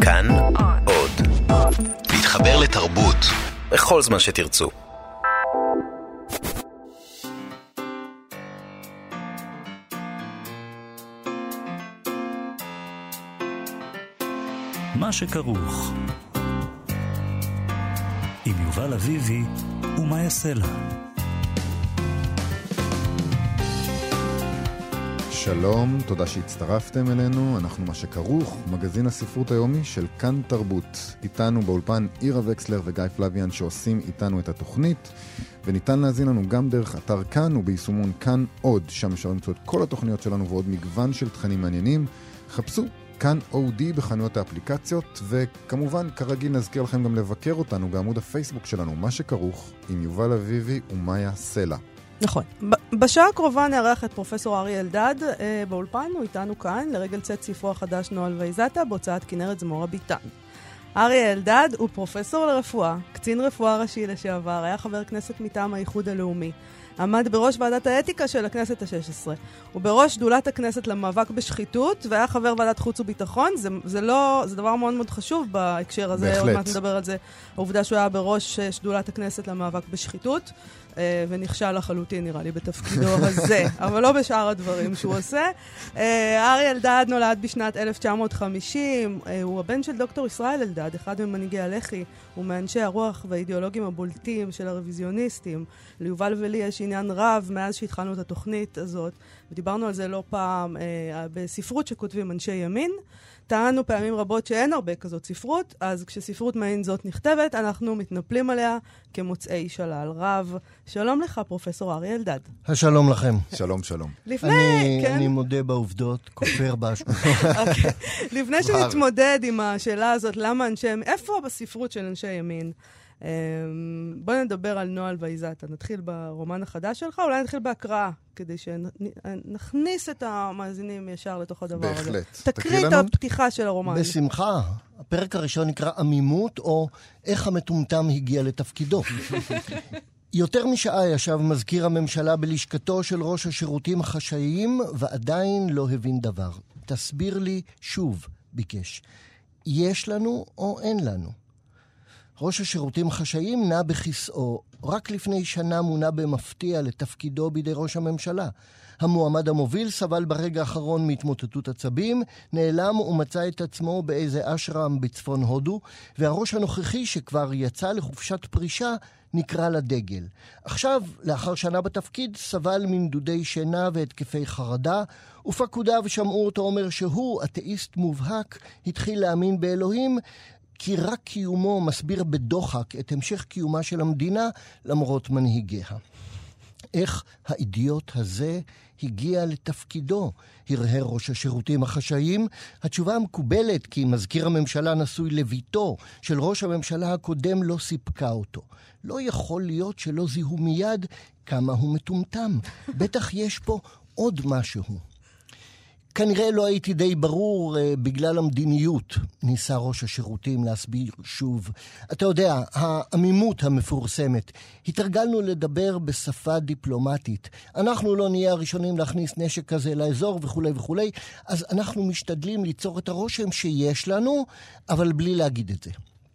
כאן עוד. להתחבר לתרבות בכל זמן שתרצו. מה שכרוך עם יובל אביבי ומה יעשה לה. שלום, תודה שהצטרפתם אלינו. אנחנו מה שכרוך, מגזין הספרות היומי של כאן תרבות. איתנו באולפן עירה וקסלר וגיא פלוויאן שעושים איתנו את התוכנית, וניתן להזין לנו גם דרך אתר כאן וביישומון כאן עוד, שם אפשר למצוא את כל התוכניות שלנו ועוד מגוון של תכנים מעניינים. חפשו כאן אודי בחנויות האפליקציות, וכמובן כרגיל נזכיר לכם גם לבקר אותנו בעמוד הפייסבוק שלנו, מה שכרוך, עם יובל אביבי ומאיה סלע. נכון. בשעה הקרובה נערך את פרופסור אריה אלדד באולפן, הוא איתנו כאן, לרגל צאת ספרו החדש נועל וייזתה, בהוצאת כנרת זמורה ביטן. אריה אלדד הוא פרופסור לרפואה, קצין רפואה ראשי לשעבר, היה חבר כנסת מטעם האיחוד הלאומי. עמד בראש ועדת האתיקה של הכנסת ה-16. הוא בראש שדולת הכנסת למאבק בשחיתות, והיה חבר ועדת חוץ וביטחון. זה דבר מאוד מאוד חשוב בהקשר הזה. בהחלט. עוד מעט נדבר על זה. העובדה שהוא היה בראש שדולת הכנסת למאבק בשחיתות, ונכשל לחלוטין נראה לי בתפקידו הזה, אבל לא בשאר הדברים שהוא עושה. אריה אלדד נולד בשנת 1950, הוא הבן של דוקטור ישראל אלדד, אחד ממנהיגי הלח"י, הוא מאנשי הרוח והאידיאולוגים הבולטים של הרוויזיוניסטים. ליובל ולי יש עניין רב מאז שהתחלנו את התוכנית הזאת, ודיברנו על זה לא פעם בספרות שכותבים אנשי ימין. טענו פעמים רבות שאין הרבה כזאת ספרות, אז כשספרות מעין זאת נכתבת, אנחנו מתנפלים עליה כמוצאי שלל רב. שלום לך, פרופסור אריה אלדד. השלום לכם. שלום, שלום. אני מודה בעובדות, כופר באשמה. לפני שנתמודד עם השאלה הזאת, למה איפה בספרות של אנשי ימין? בוא נדבר על נועל וייזתה. נתחיל ברומן החדש שלך, אולי נתחיל בהקראה, כדי שנכניס את המאזינים ישר לתוך הדבר הזה. בהחלט. תקריא את הפתיחה של הרומן. בשמחה. הפרק הראשון נקרא עמימות, או איך המטומטם הגיע לתפקידו. יותר משעה ישב מזכיר הממשלה בלשכתו של ראש השירותים החשאיים, ועדיין לא הבין דבר. תסביר לי שוב, ביקש. יש לנו או אין לנו? ראש השירותים החשאיים נע בכיסאו, רק לפני שנה מונה במפתיע לתפקידו בידי ראש הממשלה. המועמד המוביל סבל ברגע האחרון מהתמוטטות עצבים, נעלם ומצא את עצמו באיזה אשרם בצפון הודו, והראש הנוכחי שכבר יצא לחופשת פרישה נקרא לדגל. עכשיו, לאחר שנה בתפקיד, סבל מנדודי שינה והתקפי חרדה, ופקודיו שמעו אותו אומר שהוא, אתאיסט מובהק, התחיל להאמין באלוהים, כי רק קיומו מסביר בדוחק את המשך קיומה של המדינה למרות מנהיגיה. איך האידיוט הזה הגיע לתפקידו? הרהר ראש השירותים החשאיים. התשובה המקובלת, כי מזכיר הממשלה נשוי לביתו של ראש הממשלה הקודם, לא סיפקה אותו. לא יכול להיות שלא זיהו מיד כמה הוא מטומטם. בטח יש פה עוד משהו. כנראה לא הייתי די ברור בגלל המדיניות, ניסה ראש השירותים להסביר שוב. אתה יודע, העמימות המפורסמת. התרגלנו לדבר בשפה דיפלומטית. אנחנו לא נהיה הראשונים להכניס נשק כזה לאזור וכו' וכו'. אז אנחנו משתדלים ליצור את הרושם שיש לנו, אבל בלי להגיד את זה.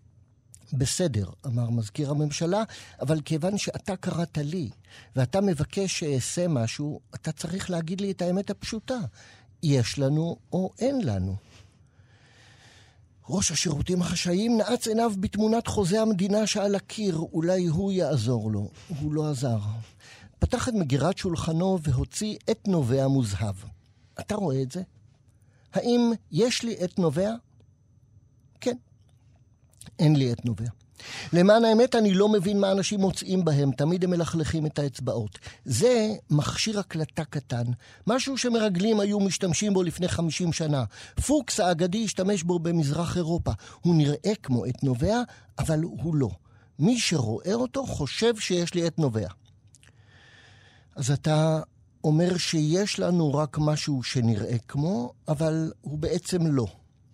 בסדר, אמר מזכיר הממשלה, אבל כיוון שאתה קראת לי, ואתה מבקש שאעשה משהו, אתה צריך להגיד לי את האמת הפשוטה. יש לנו או אין לנו? ראש השירותים החשאיים נעץ עיניו בתמונת חוזה המדינה שעל הקיר, אולי הוא יעזור לו. הוא לא עזר. פתח את מגירת שולחנו והוציא את נובע מוזהב. אתה רואה את זה? האם יש לי את נובע? כן. אין לי את נובע. למען האמת אני לא מבין מה אנשים מוצאים בהם, תמיד הם מלכלכים את האצבעות. זה מכשיר הקלטה קטן, משהו שמרגלים היו משתמשים בו לפני 50 שנה. פוקס האגדי השתמש בו במזרח אירופה. הוא נראה כמו את נובע, אבל הוא לא. מי שרואה אותו חושב שיש לי את נובע. אז אתה אומר שיש לנו רק משהו שנראה כמו, אבל הוא בעצם לא.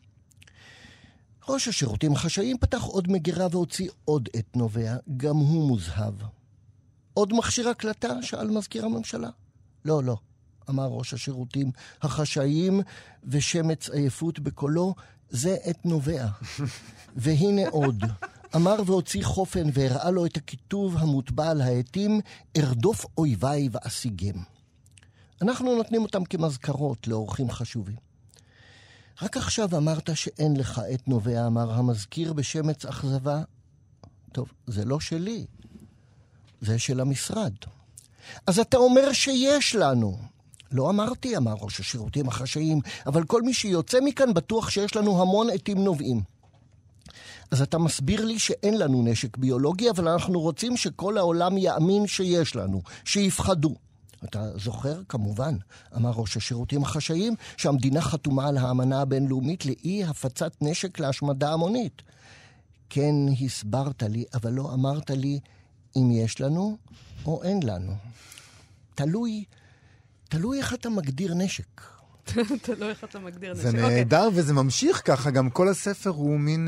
ראש השירותים החשאיים פתח עוד מגירה והוציא עוד את נובע, גם הוא מוזהב. עוד מכשיר הקלטה? שאל מזכיר הממשלה. לא, לא, אמר ראש השירותים החשאיים, ושמץ עייפות בקולו, זה עת נובע. והנה עוד. אמר והוציא חופן והראה לו את הכיתוב המוטבע על העתים, ארדוף אויביי ואשיגם. אנחנו נותנים אותם כמזכרות לאורחים חשובים. רק עכשיו אמרת שאין לך עת נובע, אמר המזכיר בשמץ אכזבה. טוב, זה לא שלי, זה של המשרד. אז אתה אומר שיש לנו. לא אמרתי, אמר ראש השירותים החשאיים, אבל כל מי שיוצא מכאן בטוח שיש לנו המון עתים נובעים. אז אתה מסביר לי שאין לנו נשק ביולוגי, אבל אנחנו רוצים שכל העולם יאמין שיש לנו, שיפחדו. אתה זוכר, כמובן, אמר ראש השירותים החשאיים, שהמדינה חתומה על האמנה הבינלאומית לאי הפצת נשק להשמדה המונית. כן, הסברת לי, אבל לא אמרת לי אם יש לנו או אין לנו. תלוי איך אתה מגדיר נשק. תלוי איך אתה מגדיר נשק. זה נהדר וזה ממשיך ככה, גם כל הספר הוא מין...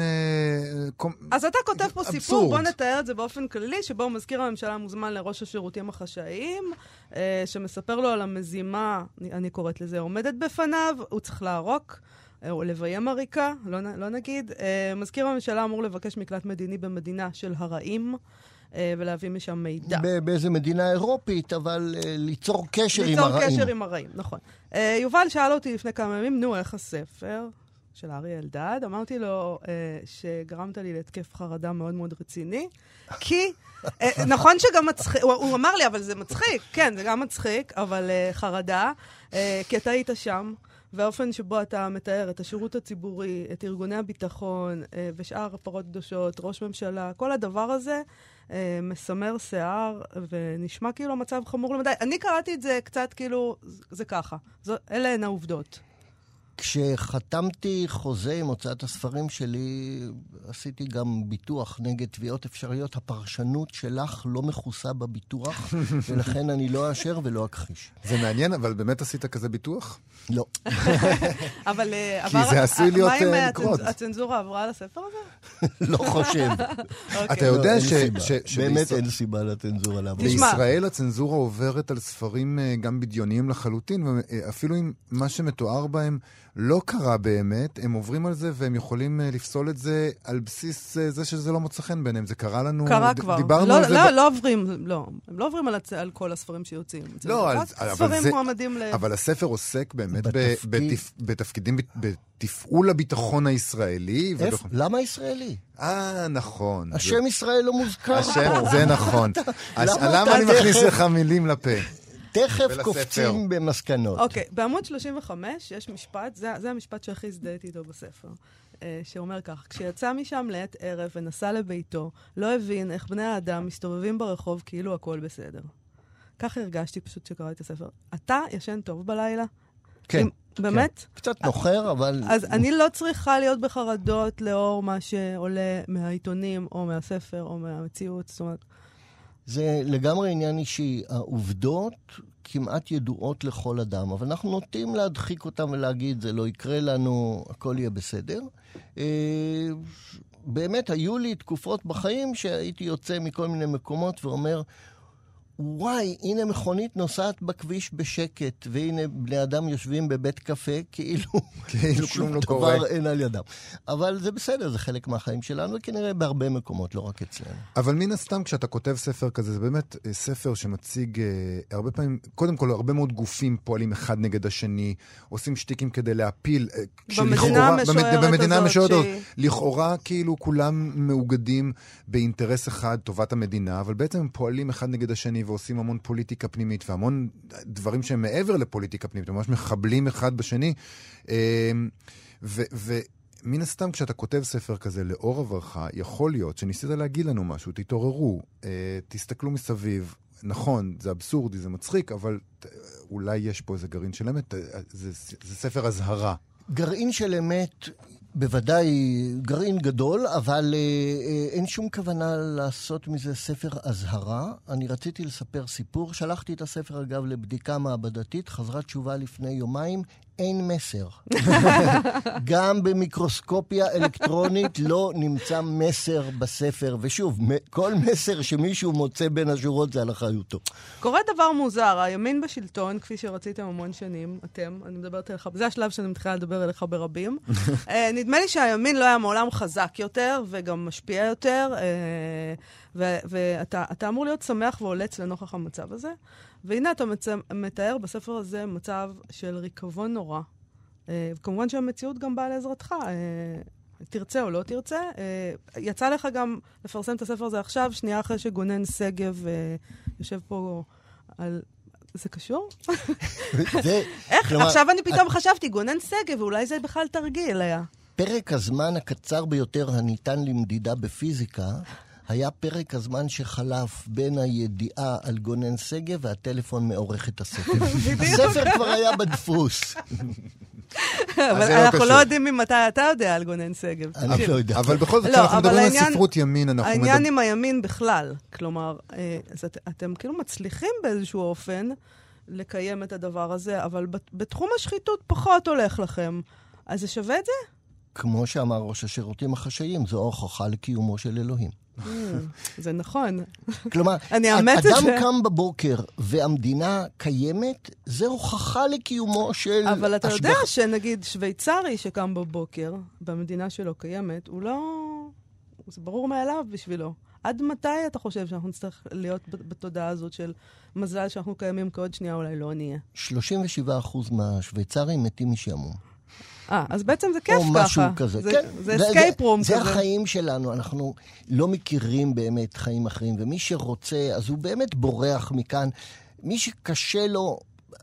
אז אתה כותב פה סיפור, בוא נתאר את זה באופן כללי, שבו מזכיר הממשלה מוזמן לראש השירותים החשאיים, שמספר לו על המזימה, אני קוראת לזה, עומדת בפניו, הוא צריך לערוק, או לביים עריקה, לא נגיד. מזכיר הממשלה אמור לבקש מקלט מדיני במדינה של הרעים, ולהביא משם מידע. באיזה מדינה אירופית, אבל ליצור קשר עם הרעים. ליצור קשר עם הרעים, נכון. יובל שאל אותי לפני כמה ימים, איך הספר של אריה אלדד? אמרתי לו שגרמת לי להתקף חרדה מאוד מאוד רציני, כי, נכון שגם מצחיק, הוא אמר לי, אבל זה מצחיק, כן, זה גם מצחיק, אבל חרדה, כי אתה היית שם, והאופן שבו אתה מתאר את השירות הציבורי, את ארגוני הביטחון, ושאר הפרות קדושות, ראש ממשלה, כל הדבר הזה מסמר שיער, ונשמע כאילו המצב חמור למדי. אני קראתי את זה קצת כאילו, זה ככה. אלה הן העובדות. כשחתמתי חוזה עם הוצאת הספרים שלי, עשיתי גם ביטוח נגד תביעות אפשריות. הפרשנות שלך לא מכוסה בביטוח, ולכן אני לא אאשר ולא אכחיש. זה מעניין, אבל באמת עשית כזה ביטוח? לא. אבל כי זה עשוי להיות לקרות. מה אם הצנזורה עברה על הספר הזה? לא חושב. אתה יודע באמת אין סיבה לצנזורה לעבור. בישראל הצנזורה עוברת על ספרים גם בדיוניים לחלוטין, ואפילו אם מה שמתואר בהם לא קרה באמת, הם עוברים על זה והם יכולים לפסול את זה על בסיס זה שזה לא מוצא חן ביניהם. זה קרה לנו... קרה כבר. דיברנו על זה... לא עוברים, לא. הם לא עוברים על כל הספרים שיוצאים. לא, ספרים מועמדים אבל הספר עוסק באמת בתפקידים, בתפעול הביטחון הישראלי. למה ישראלי? נכון. השם ישראל לא מוזכר. זה נכון. למה אני מכניס לך מילים לפה? תכף קופצים במסקנות. אוקיי, בעמוד 35 יש משפט, זה המשפט שהכי הזדהיתי איתו בספר, שאומר כך, כשיצא משם לעת ערב ונסע לביתו, לא הבין איך בני האדם מסתובבים ברחוב כאילו הכל בסדר. כך הרגשתי פשוט שקראתי את הספר. אתה ישן טוב בלילה? כן. באמת? קצת נוחר, אבל... אז אני לא צריכה להיות בחרדות לאור מה שעולה מהעיתונים, או מהספר, או מהמציאות, זאת אומרת... זה לגמרי עניין אישי. העובדות כמעט ידועות לכל אדם, אבל אנחנו נוטים להדחיק אותם ולהגיד, זה לא יקרה לנו, הכל יהיה בסדר. באמת, היו לי תקופות בחיים שהייתי יוצא מכל מיני מקומות ואומר, וואי, הנה מכונית נוסעת בכביש בשקט, והנה בני אדם יושבים בבית קפה, כאילו כלום לא קורה. דבר אין על ידם. אבל זה בסדר, זה חלק מהחיים שלנו, וכנראה בהרבה מקומות, לא רק אצלנו. אבל מן הסתם, כשאתה כותב ספר כזה, זה באמת ספר שמציג הרבה פעמים, קודם כל, הרבה מאוד גופים פועלים אחד נגד השני, עושים שטיקים כדי להפיל, במדינה המשוערת הזאת, לכאורה כאילו כולם מאוגדים באינטרס אחד, טובת המדינה, אבל בעצם הם פועלים אחד נגד השני, ועושים המון פוליטיקה פנימית, והמון דברים שהם מעבר לפוליטיקה פנימית, ממש מחבלים אחד בשני. ומן הסתם, כשאתה כותב ספר כזה לאור עברך, יכול להיות שניסית להגיד לנו משהו, תתעוררו, תסתכלו מסביב, נכון, זה אבסורדי, זה מצחיק, אבל אולי יש פה איזה גרעין של אמת, זה ספר הזהרה. גרעין של אמת, בוודאי גרעין גדול, אבל אין שום כוונה לעשות מזה ספר הזהרה. אני רציתי לספר סיפור, שלחתי את הספר אגב לבדיקה מעבדתית, חזרה תשובה לפני יומיים, אין מסר. גם במיקרוסקופיה אלקטרונית לא נמצא מסר בספר, ושוב, כל מסר שמישהו מוצא בין השורות זה על אחריותו. קורה דבר מוזר, הימין בשלטון, כפי שרציתם המון שנים, אתם, אני מדברת אליך, זה השלב שאני מתחילה לדבר אליך ברבים. נדמה לי שהימין לא היה מעולם חזק יותר, וגם משפיע יותר, ואתה אמור להיות שמח והולץ לנוכח המצב הזה. והנה אתה מתאר בספר הזה מצב של ריקבון נורא. כמובן שהמציאות גם באה לעזרתך. תרצה או לא תרצה. יצא לך גם לפרסם את הספר הזה עכשיו, שנייה אחרי שגונן שגב יושב פה על... זה קשור? איך? עכשיו אני פתאום חשבתי, גונן שגב, ואולי זה בכלל תרגיל היה. פרק הזמן הקצר ביותר הניתן למדידה בפיזיקה, היה פרק הזמן שחלף בין הידיעה על גונן שגב והטלפון מעורך את הספר. הספר כבר היה בדפוס. אבל אנחנו לא יודעים ממתי אתה יודע על גונן שגב. אני לא יודע. אבל בכל זאת, כשאנחנו מדברים על ספרות ימין, אנחנו העניין עם הימין בכלל. כלומר, אתם כאילו מצליחים באיזשהו אופן לקיים את הדבר הזה, אבל בתחום השחיתות פחות הולך לכם. אז זה שווה את זה? כמו שאמר ראש השירותים החשאיים, זו הוכחה לקיומו של אלוהים. זה נכון. כלומר, אדם קם בבוקר והמדינה קיימת, זה הוכחה לקיומו של... אבל אתה יודע שנגיד שוויצרי שקם בבוקר, במדינה שלו קיימת, הוא לא... זה ברור מאליו בשבילו. עד מתי אתה חושב שאנחנו נצטרך להיות בתודעה הזאת של מזל שאנחנו קיימים כעוד שנייה אולי לא נהיה? 37% מהשוויצרים מתים משעמום. אז בעצם זה כיף ככה. או משהו כזה. זה escape room כזה. זה החיים שלנו, אנחנו לא מכירים באמת חיים אחרים, ומי שרוצה, אז הוא באמת בורח מכאן. מי שקשה לו,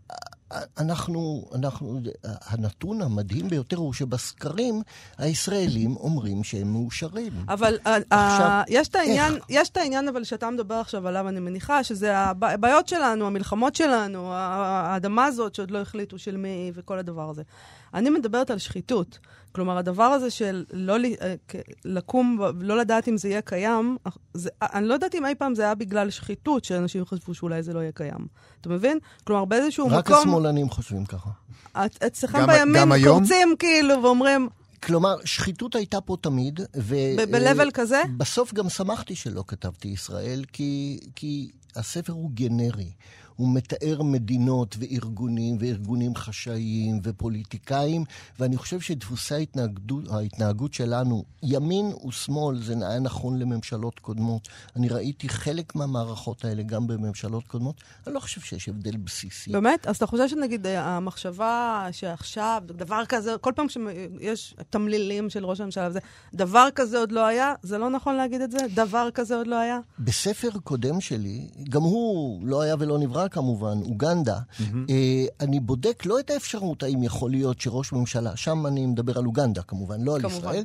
הנתון המדהים ביותר הוא שבסקרים הישראלים אומרים שהם מאושרים. אבל יש את העניין אבל שאתה מדבר עכשיו עליו, אני מניחה, שזה הבעיות שלנו, המלחמות שלנו, האדמה הזאת שעוד לא החליטו של מי וכל הדבר הזה. אני מדברת על שחיתות. כלומר, הדבר הזה של לא לקום, לא לדעת אם זה יהיה קיים, אני לא יודעת אם אי פעם זה היה בגלל שחיתות, שאנשים חשבו שאולי זה לא יהיה קיים. אתה מבין? כלומר, באיזשהו מקום... רק השמאלנים חושבים ככה. אצלכם בימין קורצים כאילו ואומרים... כלומר, שחיתות הייתה פה תמיד, בלבל כזה? בסוף גם שמחתי שלא כתבתי ישראל, כי הספר הוא גנרי. הוא מתאר מדינות וארגונים חשאיים ופוליטיקאים, ואני חושב שדפוסי ההתנהגות שלנו, ימין ושמאל, זה היה נכון לממשלות קודמות. אני ראיתי חלק מהמערכות האלה גם בממשלות קודמות. אני לא חושב שיש הבדל בסיסי. באמת? אז אתה חושב שנגיד המחשבה שעכשיו, דבר כזה, כל פעם שיש תמלילים של ראש הממשלה, דבר כזה עוד לא היה? זה לא נכון להגיד את זה? דבר כזה עוד לא היה? בספר קודם שלי, גם הוא לא היה ולא נברא, כמובן, אוגנדה, אני בודק לא את האפשרות האם יכול להיות שראש ממשלה, שם אני מדבר על אוגנדה כמובן, לא על ישראל,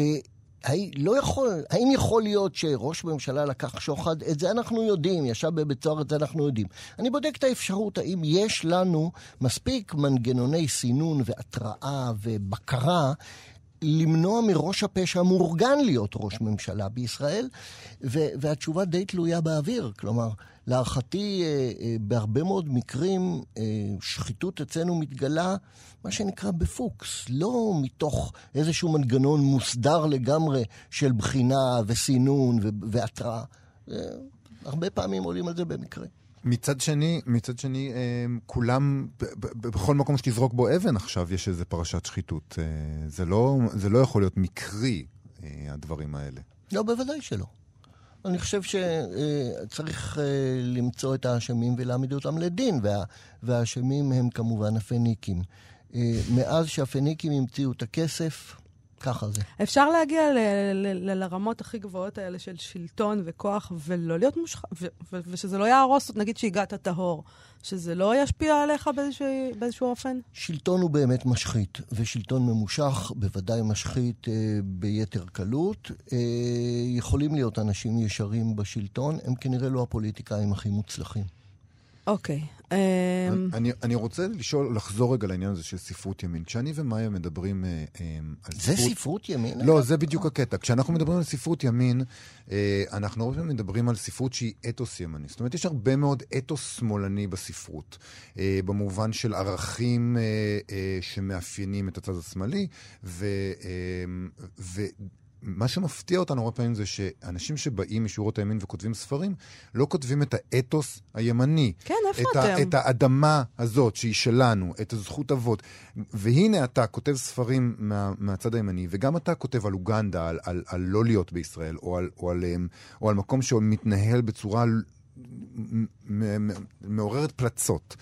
האם יכול להיות שראש ממשלה לקח שוחד? את זה אנחנו יודעים, ישב בבית סוהר, את זה אנחנו יודעים. אני בודק את האפשרות האם יש לנו מספיק מנגנוני סינון והתראה ובקרה למנוע מראש הפשע מאורגן להיות ראש ממשלה בישראל, והתשובה די תלויה באוויר. כלומר, להערכתי, בהרבה מאוד מקרים, שחיתות אצלנו מתגלה, מה שנקרא בפוקס, לא מתוך איזשהו מנגנון מוסדר לגמרי של בחינה וסינון והתראה. הרבה פעמים עולים על זה במקרה. מצד שני, כולם, בכל מקום שתזרוק בו אבן עכשיו, יש איזו פרשת שחיתות. זה לא יכול להיות מקרי, הדברים האלה. לא, בוודאי שלא. אני חושב שצריך למצוא את האשמים ולהעמיד אותם לדין, והאשמים הם כמובן הפניקים. מאז שהפניקים המציאו את הכסף, ככה זה. אפשר להגיע לרמות הכי גבוהות האלה של שלטון וכוח, ולא להיות מושחת, ושזה לא יהרוס, נגיד שהגעת טהור, שזה לא ישפיע עליך באיזשהו אופן? שלטון הוא באמת משחית, ושלטון ממושך בוודאי משחית ביתר קלות. יכולים להיות אנשים ישרים בשלטון, הם כנראה לא הפוליטיקאים הכי מוצלחים. אוקיי. אני רוצה לחזור רגע לעניין הזה של ספרות ימין. כשאני ומאיה מדברים על ספרות... זה ספרות ימין? לא, זה בדיוק הקטע. כשאנחנו מדברים על ספרות ימין, אנחנו הרבה מדברים על ספרות שהיא אתוס ימני. זאת אומרת, יש הרבה מאוד אתוס שמאלני בספרות, במובן של ערכים שמאפיינים את הצד השמאלי, מה שמפתיע אותנו הרבה פעמים זה שאנשים שבאים משורות הימין וכותבים ספרים, לא כותבים את האתוס הימני. כן, איפה אתם? את האדמה הזאת שהיא שלנו, את הזכות אבות. והנה אתה כותב ספרים מהצד הימני, וגם אתה כותב על אוגנדה, על לא להיות בישראל, או על מקום שמתנהל בצורה מעוררת פלצות.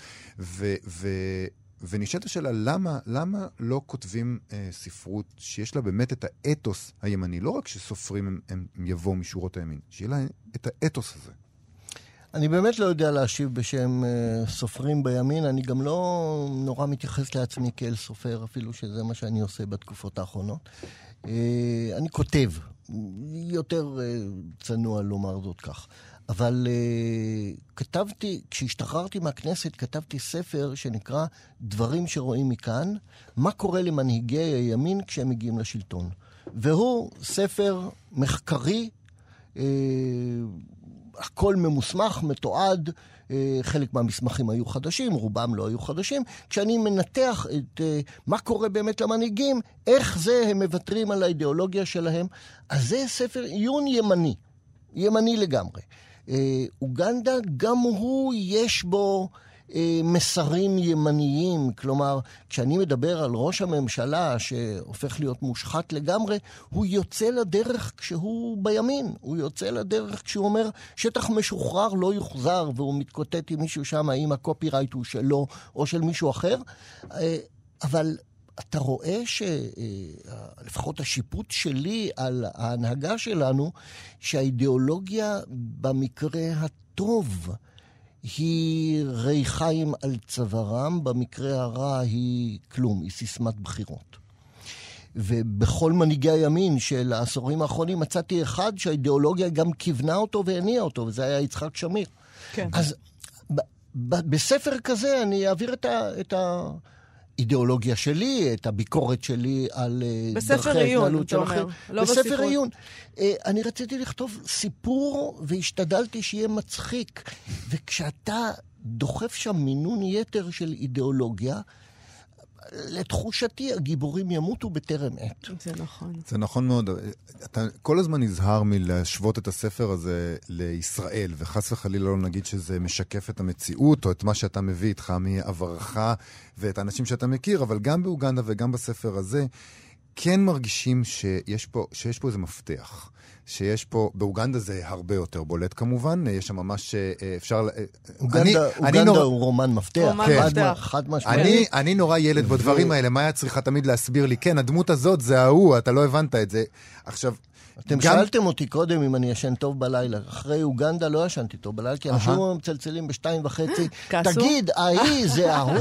ונשאלת השאלה, למה לא כותבים ספרות שיש לה באמת את האתוס הימני? לא רק שסופרים הם יבואו משורות הימין, שיהיה לה את האתוס הזה. אני באמת לא יודע להשיב בשם סופרים בימין, אני גם לא נורא מתייחס לעצמי כאל סופר, אפילו שזה מה שאני עושה בתקופות האחרונות. אני כותב, יותר צנוע לומר זאת כך. אבל כתבתי, כשהשתחררתי מהכנסת, כתבתי ספר שנקרא דברים שרואים מכאן, מה קורה למנהיגי הימין כשהם מגיעים לשלטון. והוא ספר מחקרי, הכל ממוסמך, מתועד, חלק מהמסמכים היו חדשים, רובם לא היו חדשים. כשאני מנתח את מה קורה באמת למנהיגים, איך זה הם מוותרים על האידיאולוגיה שלהם, אז זה ספר עיון ימני, ימני לגמרי. אוגנדה, גם הוא יש בו מסרים ימניים, כלומר, כשאני מדבר על ראש הממשלה שהופך להיות מושחת לגמרי, הוא יוצא לדרך כשהוא בימין, הוא יוצא לדרך כשהוא אומר שטח משוחרר לא יוחזר, והוא מתקוטט עם מישהו שם, האם הקופירייט הוא שלו או של מישהו אחר, אבל אתה רואה שלפחות השיפוט שלי על ההנהגה שלנו, שהאידיאולוגיה במקרה הטוב היא ריחיים על צווארם, במקרה הרע היא כלום, היא סיסמת בחירות. ובכל מנהיגי הימין של העשורים האחרונים מצאתי אחד שהאידיאולוגיה גם כיוונה אותו והניעה אותו, וזה היה יצחק שמיר. כן. אז בספר כזה אני אעביר את האידיאולוגיה שלי, את הביקורת שלי על דרכי ההתנהלות של אחר. לא בספר עיון. אני רציתי לכתוב סיפור והשתדלתי שיהיה מצחיק. וכשאתה דוחף שם מינון יתר של אידיאולוגיה, לתחושתי הגיבורים ימותו בטרם עת. זה נכון. זה נכון מאוד. אתה כל הזמן נזהר מלהשוות את הספר הזה לישראל, וחס וחלילה לא נגיד שזה משקף את המציאות, או את מה שאתה מביא איתך מעברך, ואת האנשים שאתה מכיר, אבל גם באוגנדה וגם בספר הזה, כן מרגישים שיש פה איזה מפתח. שיש פה, באוגנדה זה הרבה יותר בולט כמובן, יש שם ממש אפשר... אוגנדה הוא רומן מפתח. חד משמעית. אני נורא ילד בדברים האלה, מה היה צריכה תמיד להסביר לי? כן, הדמות הזאת זה ההוא, אתה לא הבנת את זה. עכשיו... אתם שאלתם אותי קודם אם אני ישן טוב בלילה. אחרי אוגנדה לא ישנתי טוב בלילה, כי אנשים מצלצלים ב2:30. תגיד, זה ההוא?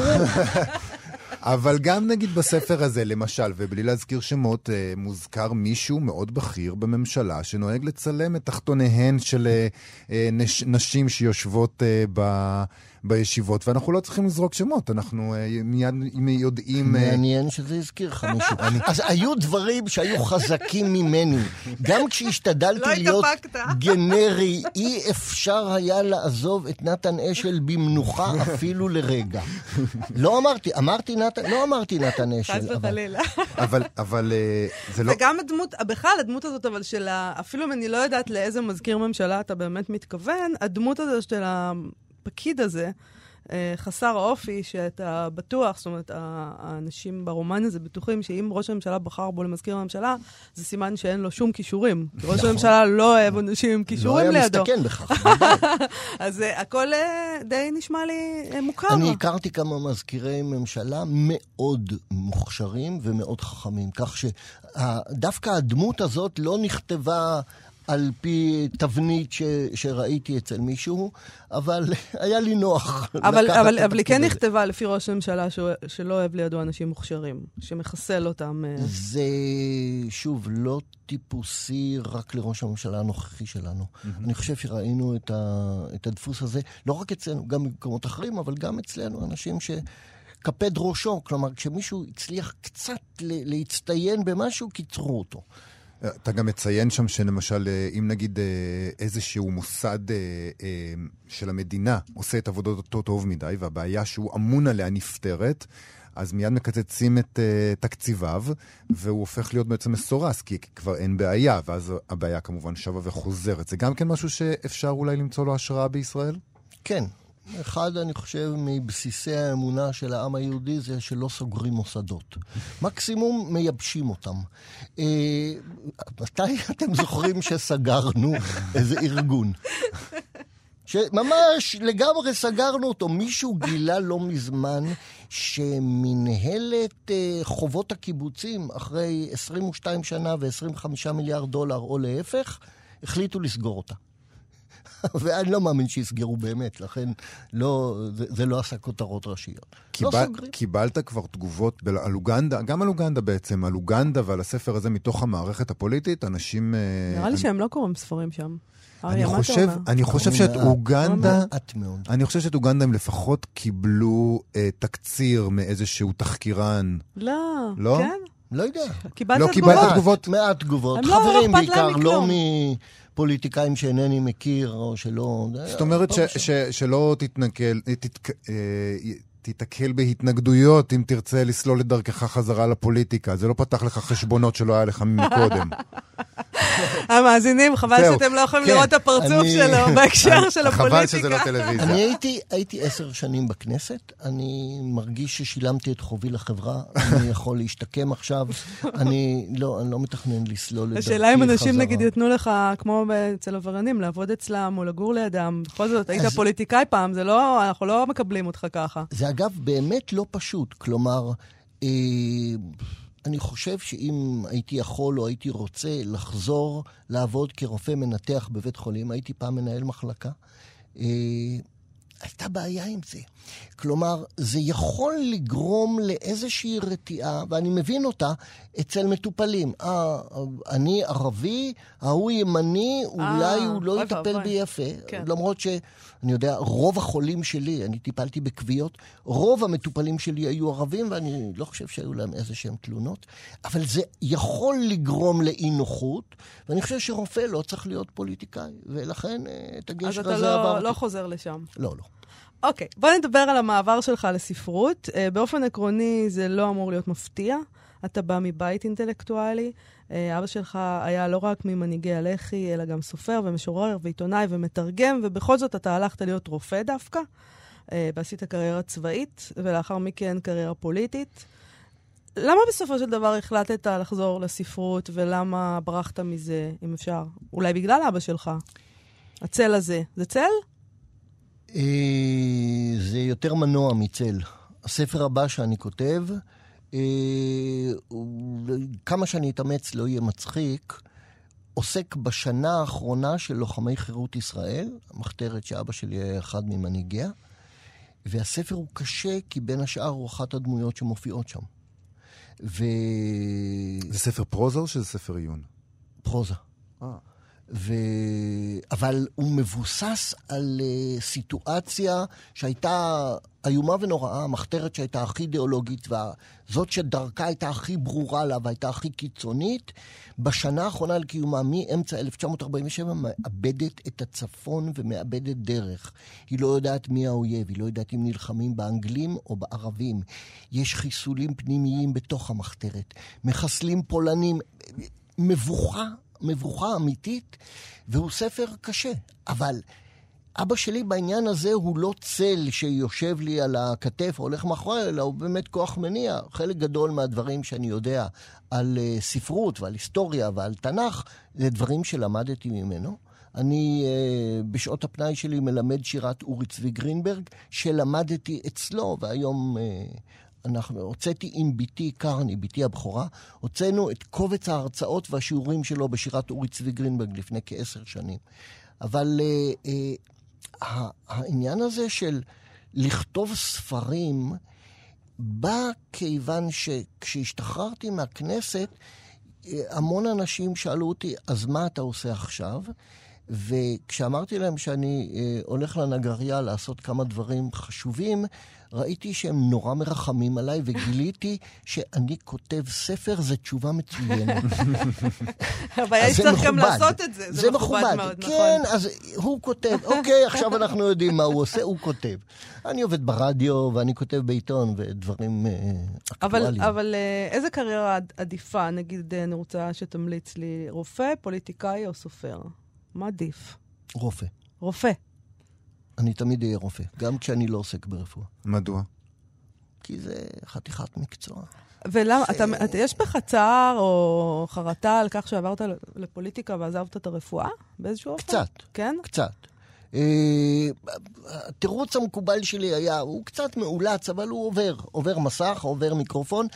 אבל גם נגיד בספר הזה, למשל, ובלי להזכיר שמות, מוזכר מישהו מאוד בכיר בממשלה, שנוהג לצלם את תחתוניהן של נשים שיושבות בישיבות, ואנחנו לא צריכים לזרוק שמות, אנחנו מיד יודעים... מעניין שזה הזכיר לך מישהו. אז היו דברים שהיו חזקים ממני. גם כשהשתדלתי להיות גנרי, אי אפשר היה לעזוב את נתן אשל במנוחה אפילו לרגע. לא אמרתי נתן אשל. חס וחלילה. אבל זה לא... וגם בכלל הדמות הזאת, אבל של אפילו אם אני לא יודעת לאיזה מזכיר ממשלה אתה באמת מתכוון, הדמות הזאת של הפקיד הזה, חסר האופי, שאתה בטוח, זאת אומרת, האנשים ברומן הזה בטוחים שאם ראש הממשלה בחר בו למזכיר הממשלה, זה סימן שאין לו שום כישורים. ראש הממשלה לא אוהב אנשים עם כישורים לידו. לא היה מסתכן בכך. אז הכל די נשמע לי מוכר. אני הכרתי כמה מזכירי ממשלה מאוד מוכשרים ומאוד חכמים, כך שדווקא הדמות הזאת לא נכתבה על פי תבנית שראיתי אצל מישהו, אבל היה לי נוח. אבל היא כן נכתבה לפי ראש הממשלה שלא אוהב לידו אנשים מוכשרים, שמחסל אותם. זה, שוב, לא טיפוסי רק לראש הממשלה הנוכחי שלנו. אני חושב שראינו את הדפוס הזה, לא רק אצלנו, גם במקומות אחרים, אבל גם אצלנו, אנשים שקפד ראשו, כלומר, כשמישהו הצליח קצת להצטיין במשהו, קיצרו אותו. אתה גם מציין שם שלמשל, אם נגיד איזשהו מוסד של המדינה עושה את עבודתו טוב מדי, והבעיה שהוא אמון עליה נפטרת, אז מיד מקצצים את תקציביו, והוא הופך להיות בעצם מסורס, כי כבר אין בעיה, ואז הבעיה כמובן שווה וחוזרת. זה גם כן משהו שאפשר אולי למצוא לו השראה בישראל? כן. אחד, אני חושב, מבסיסי האמונה של העם היהודי זה שלא סוגרים מוסדות. מקסימום מייבשים אותם. מתי אתם זוכרים שסגרנו איזה ארגון? שממש לגמרי סגרנו אותו. מישהו גילה לא מזמן שמנהלת חובות הקיבוצים אחרי 22 שנה ו$25 מיליארד או להפך, החליטו לסגור אותה. ואני לא מאמין שיסגרו באמת, לכן זה לא עשה כותרות ראשיות. קיבלת כבר תגובות על אוגנדה, גם על אוגנדה בעצם, על אוגנדה ועל הספר הזה מתוך המערכת הפוליטית, אנשים... נראה לי שהם לא קוראים ספרים שם. אני חושב שאת אוגנדה הם לפחות קיבלו תקציר מאיזשהו תחקירן. לא? כן? לא יודע. לא קיבלת תגובות? מעט תגובות. חברים בעיקר, לא פוליטיקאים שאינני מכיר, או שלא... זאת אומרת שלא תתקל בהתנגדויות אם תרצה לסלול את דרכך חזרה לפוליטיקה. זה לא פתח לך חשבונות שלא היה לך מקודם. המאזינים, חבל שאתם לא יכולים לראות את הפרצוף שלו בהקשר של הפוליטיקה. חבל שזה לא טלוויזיה. אני הייתי 10 שנים בכנסת, אני מרגיש ששילמתי את חובי לחברה, אני יכול להשתקם עכשיו, אני לא מתכנן לסלול את דרכי חזרה. השאלה אם אנשים נגיד יתנו לך, כמו אצל עבריינים, לעבוד אצלם או לגור לידם, בכל זאת, היית פוליטיקאי פעם, אנחנו לא מקבלים אותך ככה. זה אגב באמת לא פשוט, כלומר... אני חושב שאם הייתי יכול או הייתי רוצה לחזור לעבוד כרופא מנתח בבית חולים, הייתי פעם מנהל מחלקה, הייתה בעיה עם זה. כלומר, זה יכול לגרום לאיזושהי רתיעה, ואני מבין אותה, אצל מטופלים. אני ערבי, ההוא ימני, אולי הוא לא יטפל בי יפה. כן. למרות שאני יודע, רוב החולים שלי, אני טיפלתי בקביעות, רוב המטופלים שלי היו ערבים, ואני לא חושב שהיו להם איזשהם תלונות, אבל זה יכול לגרום לאי נוחות, ואני חושב שרופא לא צריך להיות פוליטיקאי, ולכן את הגשר הזה עברתי. אז אתה לא חוזר לשם. לא. אוקיי, בוא נדבר על המעבר שלך לספרות. באופן עקרוני זה לא אמור להיות מפתיע. אתה בא מבית אינטלקטואלי. אבא שלך היה לא רק ממנהיגי הלח"י, אלא גם סופר ומשורר ועיתונאי ומתרגם, ובכל זאת אתה הלכת להיות רופא דווקא, ועשית קריירה צבאית, ולאחר מכן קריירה פוליטית. למה בסופו של דבר החלטת לחזור לספרות, ולמה ברחת מזה, אם אפשר? אולי בגלל אבא שלך. הצל הזה. זה צל? זה יותר מנוע מצל. הספר הבא שאני כותב, כמה שאני אתאמץ לא יהיה מצחיק, עוסק בשנה האחרונה של לוחמי חירות ישראל, המחתרת שאבא שלי היה אחד ממנהיגיה, והספר הוא קשה כי בין השאר הוא אחת הדמויות שמופיעות שם. זה ספר פרוזה או שזה ספר עיון? פרוזה. אבל הוא מבוסס על סיטואציה שהייתה איומה ונוראה, המחתרת שהייתה הכי אידיאולוגית, וזאת שדרכה הייתה הכי ברורה לה והייתה הכי קיצונית, בשנה האחרונה לקיומה, מאמצע 1947, מאבדת את הצפון ומאבדת דרך. היא לא יודעת מי האויב, היא לא יודעת אם נלחמים באנגלים או בערבים. יש חיסולים פנימיים בתוך המחתרת, מחסלים פולנים, מבוכה אמיתית, והוא ספר קשה. אבל אבא שלי בעניין הזה הוא לא צל שיושב לי על הכתף או הולך מאחורי, אלא הוא באמת כוח מניע. חלק גדול מהדברים שאני יודע על ספרות ועל היסטוריה ועל תנ"ך, זה דברים שלמדתי ממנו. אני בשעות הפנאי שלי מלמד שירת אורי צבי גרינברג, שלמדתי אצלו, והיום הוצאתי עם ביתי קרני, ביתי הבכורה, הוצאנו את קובץ ההרצאות והשיעורים שלו בשירת אורי צבי גרינברג לפני כ10 שנים. אבל העניין הזה של לכתוב ספרים בא כיוון שכשהשתחררתי מהכנסת, המון אנשים שאלו אותי, אז מה אתה עושה עכשיו? וכשאמרתי להם שאני הולך לנגריה לעשות כמה דברים חשובים, ראיתי שהם נורא מרחמים עליי, וגיליתי שאני כותב ספר, זו תשובה מצוינת. הבעיה היא צריך גם לעשות את זה. זה מכובד מאוד, נכון. כן, אז הוא כותב, אוקיי, עכשיו אנחנו יודעים מה הוא עושה, הוא כותב. אני עובד ברדיו, ואני כותב בעיתון, ודברים אקטואליים. אבל איזה קריירה עדיפה, נגיד, אני רוצה שתמליץ לי, רופא, פוליטיקאי או סופר? מה עדיף? רופא. רופא. אני תמיד אהיה רופא, גם כשאני לא עוסק ברפואה. מדוע? כי זה חתיכת מקצוע. ולמה? יש בך צער או חרטה על כך שעברת לפוליטיקה ועזבת את הרפואה? באיזשהו אופן? קצת. כן? קצת. התירוץ המקובל שלי היה, הוא קצת מאולץ, אבל הוא עובר מסך, עובר מיקרופון.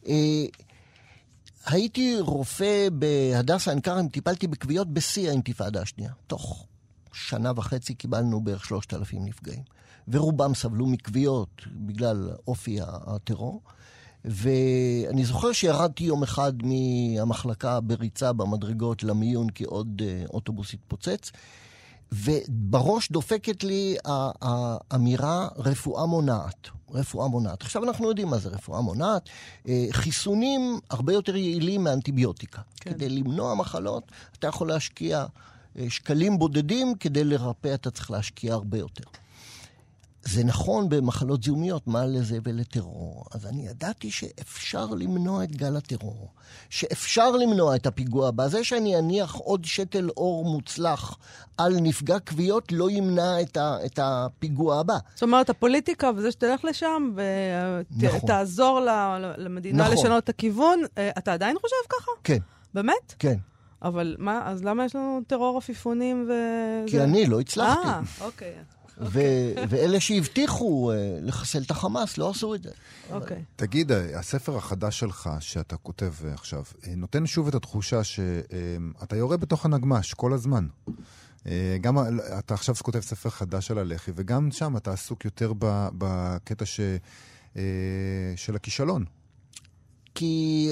הייתי רופא בהדסה עין כרם, טיפלתי בכוויות בשיא האינתיפאדה השנייה. תוך 1.5 שנה קיבלנו בערך 3,000 נפגעים. ורובם סבלו מכוויות בגלל אופי הטרור. ואני זוכר שירדתי יום אחד מהמחלקה בריצה במדרגות למיון, כי עוד אוטובוס התפוצץ. ובראש דופקת לי האמירה רפואה מונעת. רפואה מונעת. עכשיו אנחנו יודעים מה זה רפואה מונעת. חיסונים הרבה יותר יעילים מאנטיביוטיקה. כן. כדי למנוע מחלות, אתה יכול להשקיע שקלים בודדים, כדי לרפא אתה צריך להשקיע הרבה יותר. זה נכון במחלות זיהומיות, מה לזה ולטרור. אז אני ידעתי שאפשר למנוע את גל הטרור, שאפשר למנוע את הפיגוע הבא. זה שאני אניח עוד שתל אור מוצלח על נפגע כוויות לא ימנע את הפיגוע הבא. זאת אומרת, הפוליטיקה וזה שתלך לשם ותעזור למדינה לשנות את הכיוון, אתה עדיין חושב ככה? כן. באמת? כן. אבל מה, אז למה יש לנו טרור עפיפונים וזה? כי אני לא הצלחתי. אוקיי. ואלה שהבטיחו לחסל את החמאס לא עשו את זה. אוקיי. תגיד, הספר החדש שלך שאתה כותב עכשיו, נותן שוב את התחושה שאתה יורה בתוך הנגמש כל הזמן. גם אתה עכשיו כותב ספר חדש על הלח"י, וגם שם אתה עסוק יותר בקטע של הכישלון. כי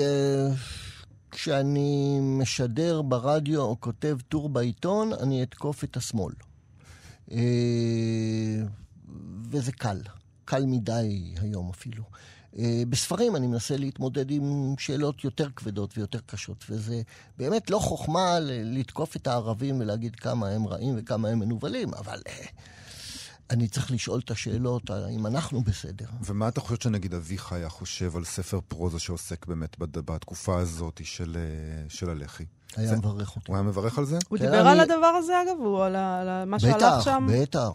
כשאני משדר ברדיו או כותב טור בעיתון, אני אתקוף את השמאל. וזה קל מדי היום אפילו. בספרים אני מנסה להתמודד עם שאלות יותר כבדות ויותר קשות, וזה באמת לא חוכמה לתקוף את הערבים ולהגיד כמה הם רעים וכמה הם מנובלים, אבל אני צריך לשאול את השאלות אם אנחנו בסדר. ומה אתה חושב שנגיד אביך היה חושב על ספר פרוזה שעוסק באמת בתקופה הזאת של הלח"י? היה מברך אותי. הוא היה מברך על זה? הוא דיבר על הדבר הזה אגב? הוא על מה שהלך שם? בטח.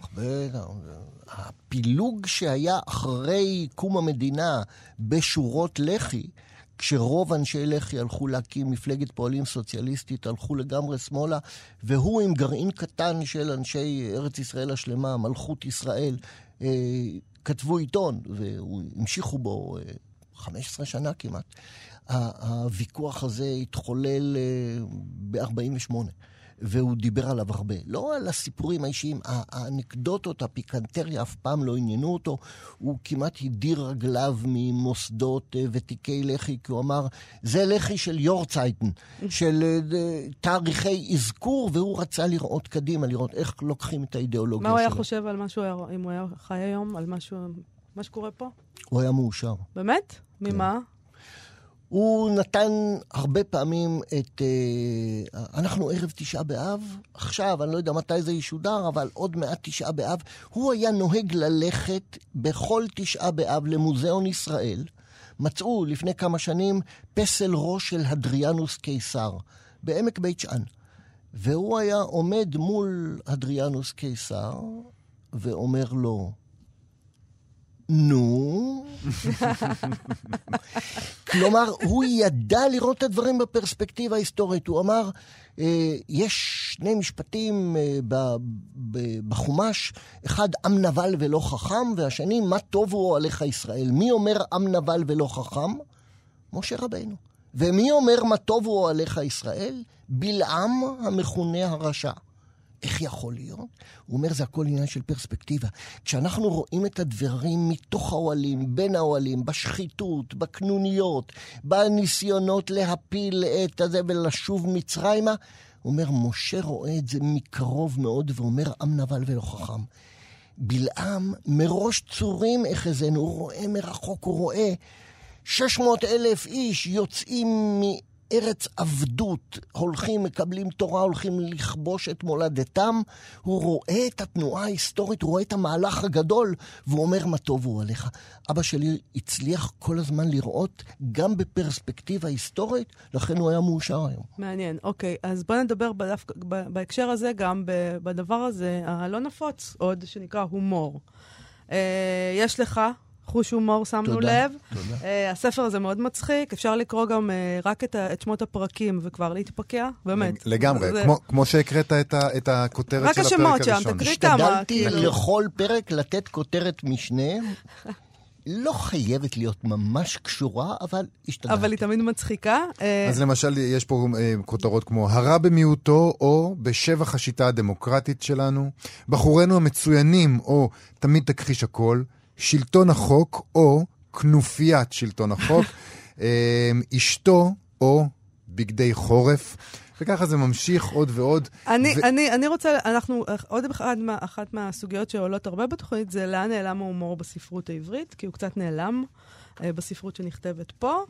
הפילוג שהיה אחרי קום המדינה בשורות לח"י, כשרוב אנשי לח"י הלכו להקים מפלגת פועלים סוציאליסטית, הלכו לגמרי שמאלה, והוא עם גרעין קטן של אנשי ארץ ישראל השלמה, מלכות ישראל, כתבו עיתון, והמשיכו בו 15 שנה כמעט. הוויכוח הזה התחולל ב-48, והוא דיבר עליו הרבה. לא על הסיפורים האישיים, האנקדוטות, הפיקנטריה אף פעם לא עניינו אותו. הוא כמעט הדיר רגליו ממוסדות ותיקי לח"י, כי הוא אמר, זה לח"י של יורצייטן, של תאריכי אזכור, והוא רצה לראות קדימה, לראות איך לוקחים את האידיאולוגיה שלו. מה הוא היה חושב על משהו, אם הוא היה חי היום, על מה שקורה פה? הוא היה מאושר. באמת? ממה? הוא נתן הרבה פעמים אנחנו ערב 9 באב, עכשיו, אני לא יודע מתי זה ישודר, אבל עוד מעט 9 באב, הוא היה נוהג ללכת בכל 9 באב למוזיאון ישראל. מצאו לפני כמה שנים פסל ראש של אדריאנוס קיסר, בעמק בית שאן. והוא היה עומד מול אדריאנוס קיסר, ואומר לו, נו. כלומר, הוא ידע לראות את הדברים בפרספקטיבה ההיסטורית. הוא אמר, יש שני משפטים בחומש, אחד עם נבל ולא חכם, והשני, מה טובו עליך ישראל. מי אומר עם נבל ולא חכם? משה רבנו. ומי אומר מה טובו עליך ישראל? בלעם המכונה הרשע. איך יכול להיות? הוא אומר, זה הכל עניין של פרספקטיבה. כשאנחנו רואים את הדברים מתוך האוהלים, בין האוהלים, בשחיתות, בקנוניות, בניסיונות להפיל את הזה ולשוב מצרימה, הוא אומר, משה רואה את זה מקרוב מאוד, ואומר, עם נבל ולא חכם. בלעם, מראש צורים החזנו, הוא רואה מרחוק, הוא רואה 600,000 איש יוצאים מארץ עבדות, הולכים, מקבלים תורה, הולכים לכבוש את מולדתם. הוא רואה את התנועה ההיסטורית, הוא רואה את המהלך הגדול, והוא אומר מה טוב הוא עליך. אבא שלי הצליח כל הזמן לראות גם בפרספקטיבה היסטורית, לכן הוא היה מאושר היום. מעניין, אוקיי. אז בוא נדבר בהקשר הזה, גם בדבר הזה, הלא נפוץ עוד, שנקרא הומור. יש לך חוש הומור, שמנו לב. הספר הזה מאוד מצחיק, אפשר לקרוא גם רק את שמות הפרקים וכבר להתפקע, באמת. לגמרי, כמו שהקראת את הכותרת של הפרק הראשון. רק השמות שם, תקריא כמה. השתדלתי לכל פרק לתת כותרת משנה, לא חייבת להיות ממש קשורה, אבל השתדלתי. אבל היא תמיד מצחיקה. אז למשל, יש פה כותרות כמו, הרע במיעוטו, או בשבח השיטה הדמוקרטית שלנו, בחורינו המצוינים, או תמיד תכחיש הכל, שלטון החוק או כנופיית שלטון החוק, אשתו או בגדי חורף, וככה זה ממשיך עוד ועוד. אני רוצה, אנחנו, עוד אחת מהסוגיות שעולות הרבה בתוכנית, זה לאן נעלם ההומור בספרות העברית, כי הוא קצת נעלם בספרות שנכתבת פה,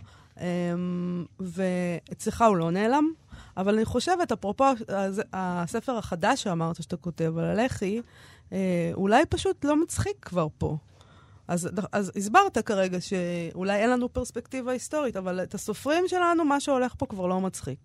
ואצלך הוא לא נעלם, אבל אני חושבת, אפרופו הספר החדש שאמרת שאתה כותב על הלח"י, אולי פשוט לא מצחיק כבר פה. אז הסברת כרגע שאולי אין לנו פרספקטיבה היסטורית, אבל את הסופרים שלנו, מה שהולך פה כבר לא מצחיק.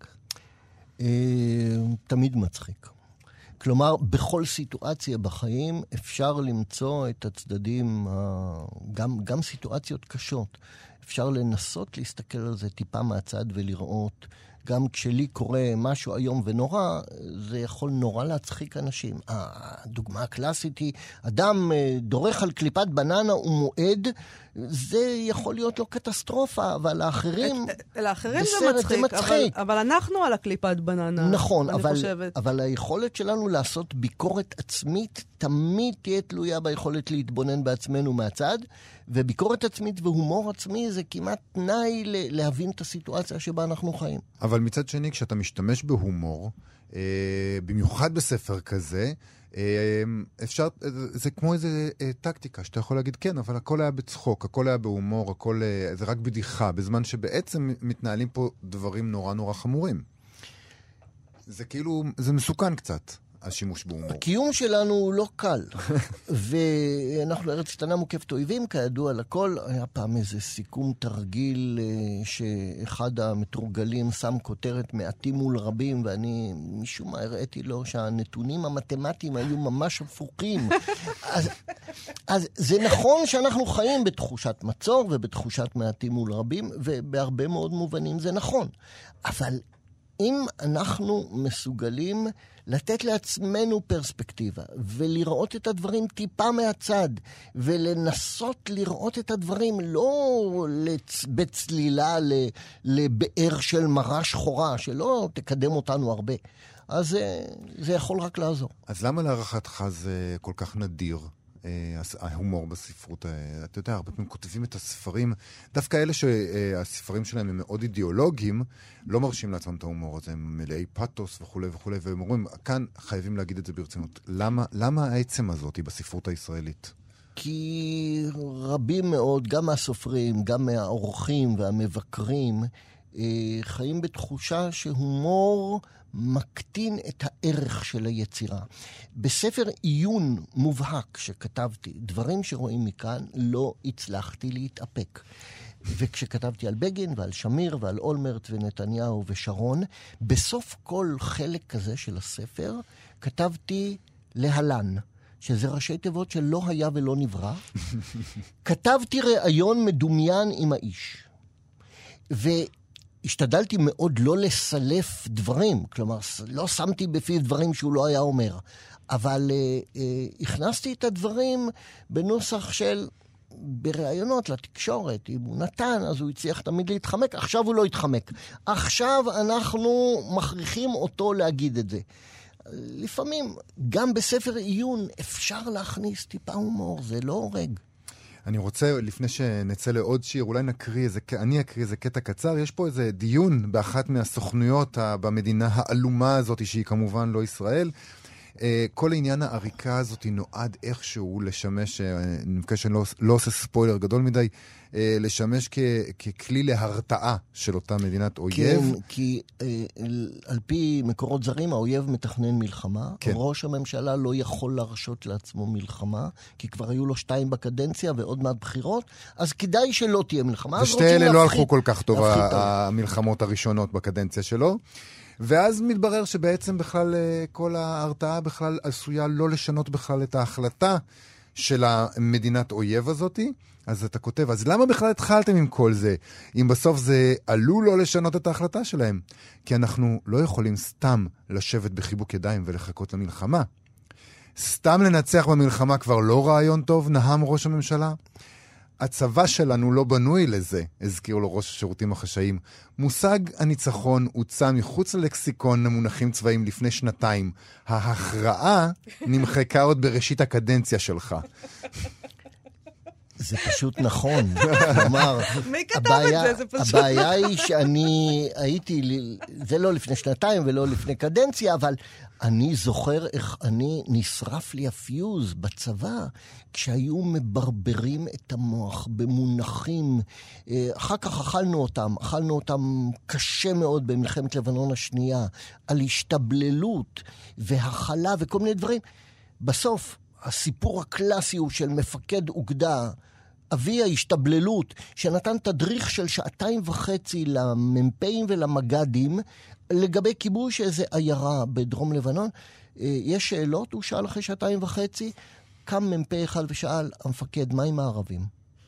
תמיד מצחיק. כלומר, בכל סיטואציה בחיים אפשר למצוא את הצדדים, גם סיטואציות קשות. אפשר לנסות להסתכל על זה טיפה מהצד ולראות, גם כשלי קורה משהו היום ונורא, זה יכול נורא להצחיק אנשים. הדוגמה הקלאסית היא, אדם דורך על קליפת בננה ומועד, זה יכול להיות לו קטסטרופה, אבל לאחרים... לאחרים זה מצחיק. אבל אנחנו על הקליפת בננה. נכון, אבל היכולת שלנו לעשות ביקורת עצמית, תמיד תהיה תלויה ביכולת להתבונן בעצמנו מהצד, וביקורת עצמית והומור עצמי זה כמעט תנאי להבין את הסיטואציה שבה אנחנו חיים. אבל מצד שני, כשאתה משתמש בהומור, במיוחד בספר כזה, אפשר, זה כמו איזה טקטיקה, שאתה יכול להגיד כן, אבל הכל היה בצחוק, הכל היה בהומור, הכל, זה רק בדיחה, בזמן שבעצם מתנהלים פה דברים נורא נורא חמורים. זה כאילו, זה מסוכן קצת. השימוש בהומור. הקיום שלנו הוא לא קל. ואנחנו ארץ קטנה מוקפת אויבים, כידוע לכל. היה פעם איזה סיכום תרגיל שאחד המתורגלים שם כותרת מעטים מול רבים, ואני משום מה הראיתי לו שהנתונים המתמטיים היו ממש הפוכים. אז זה נכון שאנחנו חיים בתחושת מצור ובתחושת מעטים מול רבים, ובהרבה מאוד מובנים זה נכון. אבל אם אנחנו מסוגלים לתת לעצמנו פרספקטיבה, ולראות את הדברים טיפה מהצד, ולנסות לראות את הדברים לא בצלילה לבאר של מרה שחורה, שלא תקדם אותנו הרבה, אז זה יכול רק לעזור. אז למה להערכתך זה כל כך נדיר? ההומור בספרות, אתה יודע, הרבה פעמים כותבים את הספרים, דווקא אלה שהספרים שלהם הם מאוד אידיאולוגיים, לא מרשים לעצמם את ההומור הזה, הם מלאי פאטוס וכו' וכו', והם אומרים, כאן חייבים להגיד את זה ברצינות. למה העצם הזאת היא בספרות הישראלית? כי רבים מאוד, גם מהסופרים, גם מהאורחים והמבקרים, חיים בתחושה שהומור מקטין את הערך של היצירה. בספר עיון מובהק שכתבתי, דברים שרואים מכאן, לא הצלחתי להתאפק. וכשכתבתי על בגין ועל שמיר ועל אולמרט ונתניהו ושרון, בסוף כל חלק כזה של הספר כתבתי להלן, שזה ראשי תיבות של לא היה ולא נברא. כתבתי ראיון מדומיין עם האיש. והשתדלתי מאוד לא לסלף דברים, כלומר, לא שמתי בפיו דברים שהוא לא היה אומר, אבל הכנסתי את הדברים בנוסח של בראיונות לתקשורת. אם הוא נתן, אז הוא הצליח תמיד להתחמק, עכשיו הוא לא יתחמק. עכשיו אנחנו מכריחים אותו להגיד את זה. לפעמים, גם בספר עיון, אפשר להכניס טיפה הומור, זה לא הורג. אני רוצה, לפני שנצא לעוד שיר, אולי אני אקריא איזה קטע קצר. יש פה איזה דיון באחת מהסוכנויות במדינה האלומה הזאת, שהיא כמובן לא ישראל. כל העניין העריקה הזאת נועד איכשהו לשמש, אני מקווה שאני לא עושה ספוילר גדול מדי, לשמש ככלי להרתעה של אותה מדינת אויב. כן, כי על פי מקורות זרים, האויב מתכנן מלחמה. כן. ראש הממשלה לא יכול להרשות לעצמו מלחמה, כי כבר היו לו 2 בקדנציה ועוד מעט בחירות, אז כדאי שלא תהיה מלחמה. ושתי אלה לא הלכו כל כך טוב, המלחמות הראשונות בקדנציה שלו. ואז מתברר שבעצם בכלל כל ההרתעה בכלל עשויה לא לשנות בכלל את ההחלטה של המדינת אויב הזאת. אז אתה כותב, אז למה בכלל התחלתם עם כל זה? אם בסוף זה עלול לא לשנות את ההחלטה שלהם. כי אנחנו לא יכולים סתם לשבת בחיבוק ידיים ולחכות למלחמה. סתם לנצח במלחמה כבר לא רעיון טוב, נהם ראש הממשלה. הצבא שלנו לא בנוי לזה, הזכיר לו ראש השירותים החשאיים. מושג הניצחון הוצא מחוץ ללקסיקון למונחים צבאיים לפני 2 ההכרעה נמחקה עוד בראשית הקדנציה שלך. זה פשוט נכון. כלומר, מי כתב את זה? זה פשוט הבעיה היא שאני הייתי, זה לא לפני 2 ולא לפני קדנציה, אבל אני זוכר איך נשרף לי הפיוז בצבא, כשהיו מברברים את המוח במונחים. אחר כך אכלנו אותם קשה מאוד במלחמת לבנון השנייה, על השתבללות והחלה וכל מיני דברים. בסוף, הסיפור הקלאסי הוא של מפקד אוגדה, אבי ההשתבללות, שנתן תדריך של 2.5 למ"פים ולמג"דים, לגבי כיבוש איזה עיירה בדרום לבנון. יש שאלות? הוא שאל אחרי 2.5, קם מ"פ אחד ושאל, המפקד, מה עם הערבים?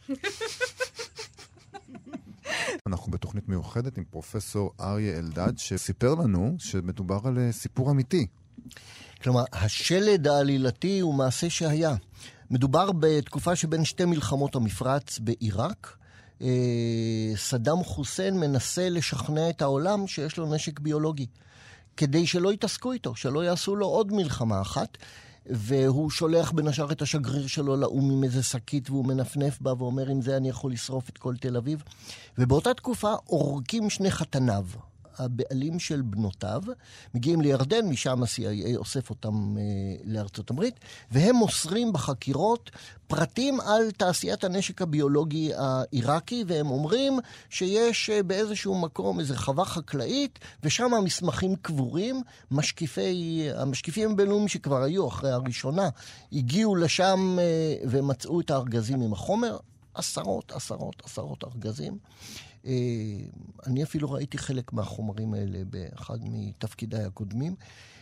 אנחנו בתוכנית מיוחדת עם פרופסור אריה אלדד, שסיפר לנו שמדובר על סיפור אמיתי. כלומר, השלד העלילתי הוא מעשה שהיה. מדובר בתקופה שבין 2 מלחמות המפרץ בעיראק. סדאם חוסיין מנסה לשכנע את העולם שיש לו נשק ביולוגי, כדי שלא יתעסקו איתו, שלא יעשו לו עוד מלחמה אחת, והוא שולח בין השאר את השגריר שלו לאום עם איזה שקית, והוא מנפנף בה ואומר, עם זה אני יכול לשרוף את כל תל אביב. ובאותה תקופה עורקים 2 חתניו, הבעלים של בנותיו, מגיעים לירדן, משם ה-CIA אוסף אותם לארצות הברית, והם מוסרים בחקירות פרטים על תעשיית הנשק הביולוגי העיראקי, והם אומרים שיש באיזשהו מקום איזו חווה חקלאית, ושם המסמכים קבורים. המשקיפים הבינלאומיים שכבר היו אחרי הראשונה, הגיעו לשם ומצאו את הארגזים עם החומר, עשרות ארגזים. אני אפילו ראיתי חלק מהחומרים האלה באחד מתפקידיי הקודמים,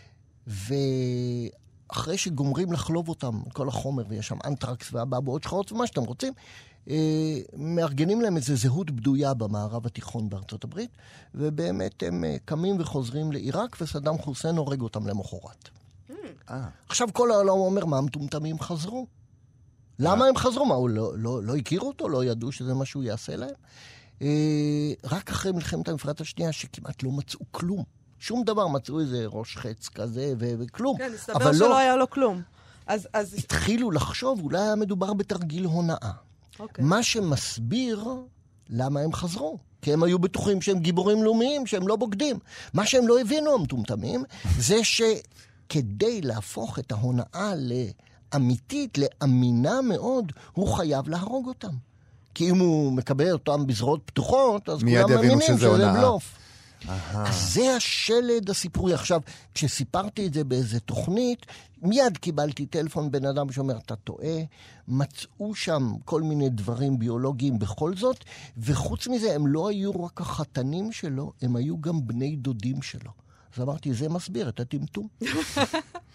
ואחרי שגומרים לחלוב אותם, כל החומר, ויש שם אנטרקס ואבעבועות שחורות ומה שאתם רוצים, מארגנים להם איזו זהות בדויה במערב התיכון בארצות הברית, ובאמת הם קמים וחוזרים לעיראק, וסדאם חוסיין הורג אותם למחרת. עכשיו כל העולם אומר, מה המטומטמים חזרו? למה הם חזרו? מה, הוא לא הכירו אותו? לא ידעו שזה מה שהוא יעשה להם? רק אחרי מלחמת המפרץ השנייה, שכמעט לא מצאו כלום. שום דבר, מצאו איזה ראש חץ כזה וכלום. כן, הסתבר שלא היה לו כלום. אז התחילו לחשוב, אולי היה מדובר בתרגיל הונאה. מה שמסביר למה הם חזרו. כי הם היו בטוחים שהם גיבורים לאומיים, שהם לא בוגדים. מה שהם לא הבינו, המטומטמים, זה שכדי להפוך את ההונאה לאמיתית, לאמינה מאוד, הוא חייב להרוג אותם. כי אם הוא מקבל אותם בזרועות פתוחות, אז כולם מאמינים שזה בלוף. אז זה השלד הסיפורי. עכשיו, כשסיפרתי את זה באיזה תוכנית, מיד קיבלתי טלפון בן אדם שאומר, אתה טועה, מצאו שם כל מיני דברים ביולוגיים בכל זאת, וחוץ מזה הם לא היו רק החתנים שלו, הם היו גם בני דודים שלו. אז אמרתי, זה מסביר את הטמטום.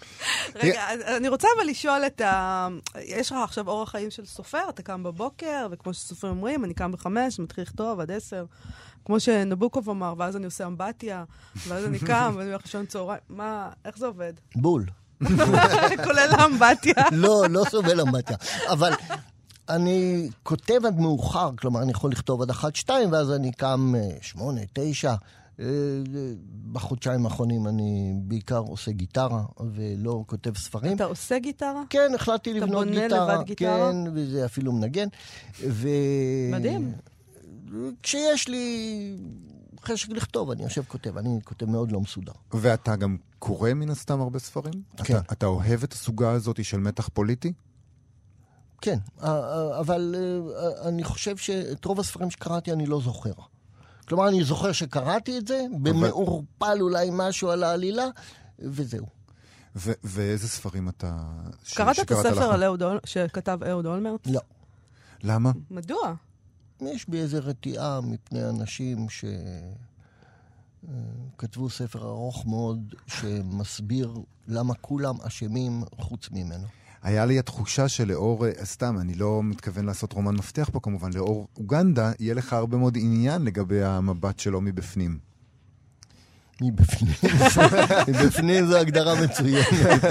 רגע, אני רוצה אבל לשאול יש לך עכשיו אורח חיים של סופר, אתה קם בבוקר, וכמו שסופרים אומרים, אני קם ב5, מתחיל לכתוב עד 10, כמו שנבוקוב אמר, ואז אני עושה אמבטיה, ואז אני קם, ואני הולך לישון צהריים. איך זה עובד? בול. כולל האמבטיה. לא סובל אמבטיה. אבל אני כותב עד מאוחר, כלומר, אני יכול לכתוב עד 1-2, ואז אני קם 8-9. בחודשיים האחרונים אני בעיקר עושה גיטרה ולא כותב ספרים. אתה עושה גיטרה? כן, החלטתי לבנות גיטרה. אתה בונה לבד גיטרה? כן, וזה אפילו מנגן. מדהים. כשיש לי חשק לכתוב, אני יושב כותב. אני כותב מאוד לא מסודר. ואתה גם קורא מן הסתם הרבה ספרים? כן. אתה אוהב את הסוגה הזאת של מתח פוליטי? כן, אבל אני חושב שאת רוב הספרים שקראתי אני לא זוכר. כלומר, אני זוכר שקראתי את זה, במעורפל אולי משהו על העלילה, וזהו. ואיזה ספרים אתה... קראת את הספר שכתב אהוד אולמרט? לא. למה? מדוע? יש בי איזו רתיעה מפני אנשים שכתבו ספר ארוך מאוד, שמסביר למה כולם אשמים חוץ ממנו. היה לי התחושה שלאור, סתם, אני לא מתכוון לעשות רומן מפתח פה כמובן, לאור אוגנדה, יהיה לך הרבה מאוד עניין לגבי המבט שלו מבפנים. מבפנים? מבפנים זו הגדרה מצוינת.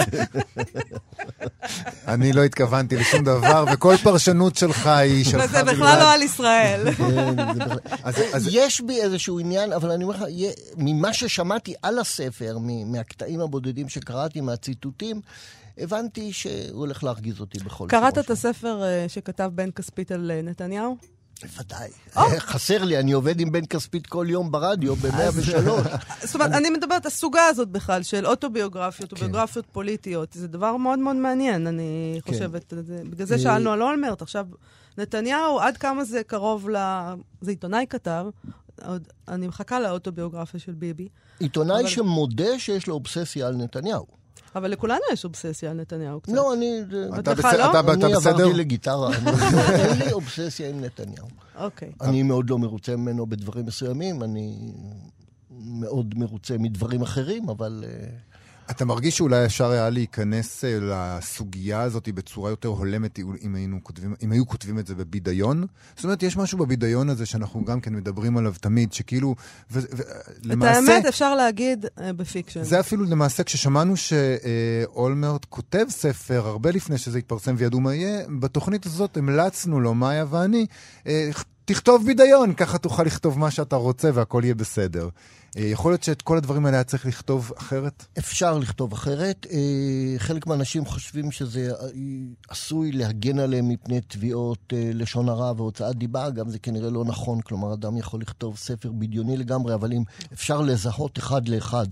אני לא התכוונתי לשום דבר, וכל פרשנות שלך היא שלך. וזה בכלל לא על ישראל. יש בי איזשהו עניין, אבל אני אומר לך, ממה ששמעתי על הספר, מהקטעים הבודדים שקראתי, מהציטוטים, הבנתי שהוא הולך להרגיז אותי בכל... קראת את הספר שכתב בן כספית על נתניהו? בוודאי. חסר לי, אני עובד עם בן כספית כל יום ברדיו, ב-103. זאת אומרת, אני מדברת, הסוגה הזאת בכלל, של אוטוביוגרפיות, אוטוביוגרפיות פוליטיות, זה דבר מאוד מאוד מעניין, אני חושבת. בגלל זה שאלנו על אולמרט, עכשיו, נתניהו, עד כמה זה קרוב זה עיתונאי כתב, אני מחכה לאוטוביוגרפיה של ביבי. עיתונאי שמודה שיש לו אובססיה על נתניהו. אבל לכולנו יש אובססיה על נתניהו קצת. לא, אני... אני עברתי לגיטרה. אין לי אובססיה עם נתניהו. אוקיי. אני מאוד לא מרוצה ממנו בדברים מסוימים, אני מאוד מרוצה מדברים אחרים, אבל... אתה מרגיש שאולי אפשר היה להיכנס לסוגיה הזאת בצורה יותר הולמת אם היו כותבים את זה בבידיון? זאת אומרת, יש משהו בבידיון הזה שאנחנו גם כן מדברים עליו תמיד, שכאילו... את האמת אפשר להגיד בפיקשן. זה אפילו למעשה כששמענו שאולמרט כותב ספר הרבה לפני שזה יתפרסם וידעו מה יהיה, בתוכנית הזאת המלצנו לו, מאיה ואני, תכתוב בידיון, ככה תוכל לכתוב מה שאתה רוצה והכל יהיה בסדר. יכול להיות שאת כל הדברים האלה היה צריך לכתוב אחרת? אפשר לכתוב אחרת. חלק מהאנשים חושבים שזה עשוי להגן עליהם מפני תביעות לשון הרע והוצאת דיבה, גם זה כנראה לא נכון. כלומר, אדם יכול לכתוב ספר בדיוני לגמרי, אבל אם אפשר לזהות אחד לאחד,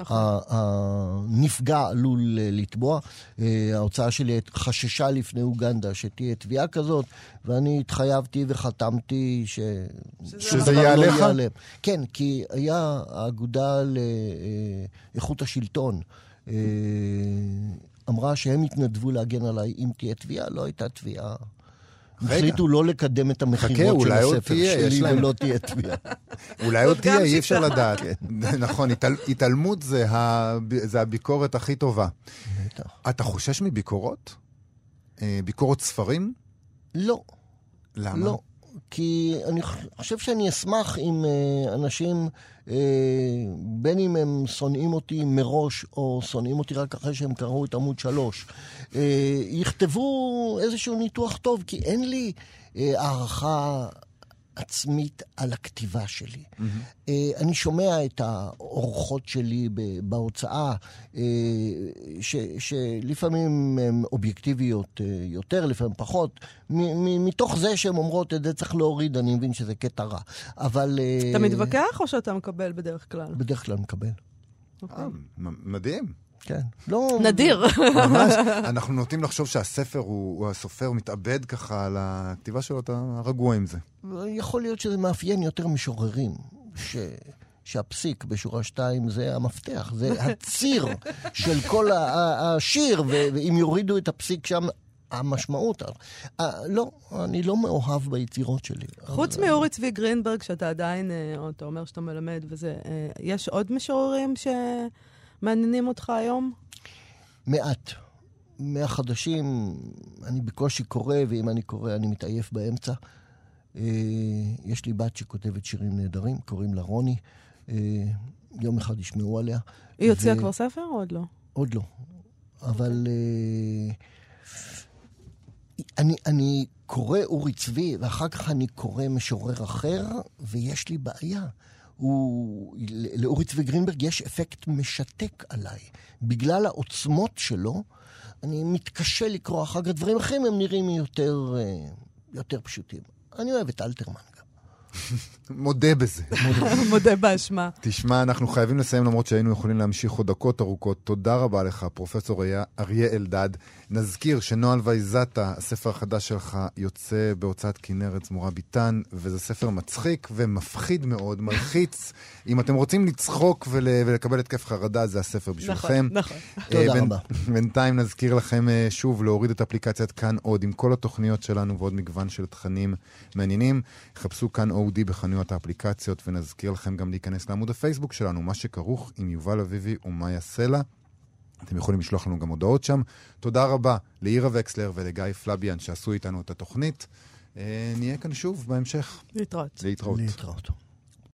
הנפגע עלול לתבוע. ההוצאה שלי חששה לפני אוגנדה שתהיה תביעה כזאת, ואני התחייבתי וחתמתי שזה יהיה עליך? כן, כי היה האגודה לאיכות השלטון אמרה שהם התנדבו להגן עליי אם תהיה תביעה, לא הייתה תביעה. החליטו לא לקדם את המחירות של הספר שלי ולא תהיה תביעה. אולי עוד תהיה, אי אפשר לדעת. נכון, התעלמות זה הביקורת הכי טובה. אתה חושש מביקורות? ביקורות ספרים? לא. למה? לא. כי אני חושב שאני אשמח אם אנשים, בין אם הם שונאים אותי מראש, או שונאים אותי רק אחרי שהם קראו את עמוד 3, יכתבו איזשהו ניתוח טוב, כי אין לי הערכה עצמית על הכתיבה שלי. אני שומע את האורחות שלי בהוצאה, שלפעמים הן אובייקטיביות יותר, לפעמים פחות. מתוך זה שהן אומרות, את זה צריך להוריד, אני מבין שזה קטע רע. אבל... אתה מתווכח או שאתה מקבל בדרך כלל? בדרך כלל מקבל. מדהים. כן. לא... נדיר. ממש. אנחנו נוטים לחשוב שהספר הוא הסופר מתאבד ככה על הכתיבה שלו, אתה רגוע עם זה. יכול להיות שזה מאפיין יותר משוררים, שהפסיק בשורה 2 זה המפתח, זה הציר של כל השיר, ואם יורידו את הפסיק שם, המשמעות. לא, אני לא מאוהב ביצירות שלי. חוץ מאורי צבי גרינברג, שאתה עדיין, אתה אומר שאתה מלמד וזה, יש עוד משוררים מעניינים אותך היום? מעט. מהחדשים אני בקושי קורא, ואם אני קורא אני מתעייף באמצע. יש לי בת שכותבת שירים נהדרים, קוראים לה רוני. יום אחד ישמעו עליה. היא הוציאה כבר ספר או עוד לא? עוד לא. אבל אני קורא אורי צבי, ואחר כך אני קורא משורר אחר, ויש לי בעיה. לאורי צבי גרינברג יש אפקט משתק עליי. בגלל העוצמות שלו, אני מתקשה לקרוא אחר כך דברים אחרים, הם נראים יותר פשוטים. אני אוהב את אלתרמן גם. מודה בזה. מודה באשמה. תשמע, אנחנו חייבים לסיים למרות שהיינו יכולים להמשיך עוד דקות ארוכות. תודה רבה לך, פרופסור אריה אלדד. נזכיר שנועל וייזתה, הספר החדש שלך, יוצא בהוצאת כנרת זמורה ביטן, וזה ספר מצחיק ומפחיד מאוד, מלחיץ. אם אתם רוצים לצחוק ולקבל התקף חרדה, זה הספר בשבילכם. נכון. תודה רבה. בינתיים נזכיר לכם שוב להוריד את אפליקציית כאן עוד עם כל התוכניות שלנו ועוד מגוון של תכנים מעניינים. חפשו כאן אודי בחנויות האפליקציות, ונזכיר לכם גם להיכנס לעמוד הפייסבוק שלנו, מה שכרוך עם יובל אביבי ומאיה סלע. אתם יכולים לשלוח לנו גם הודעות שם. תודה רבה לאירה וקסלר ולגיא פלביאן שעשו איתנו את התוכנית. נהיה כאן שוב בהמשך. להתראות. להתראות.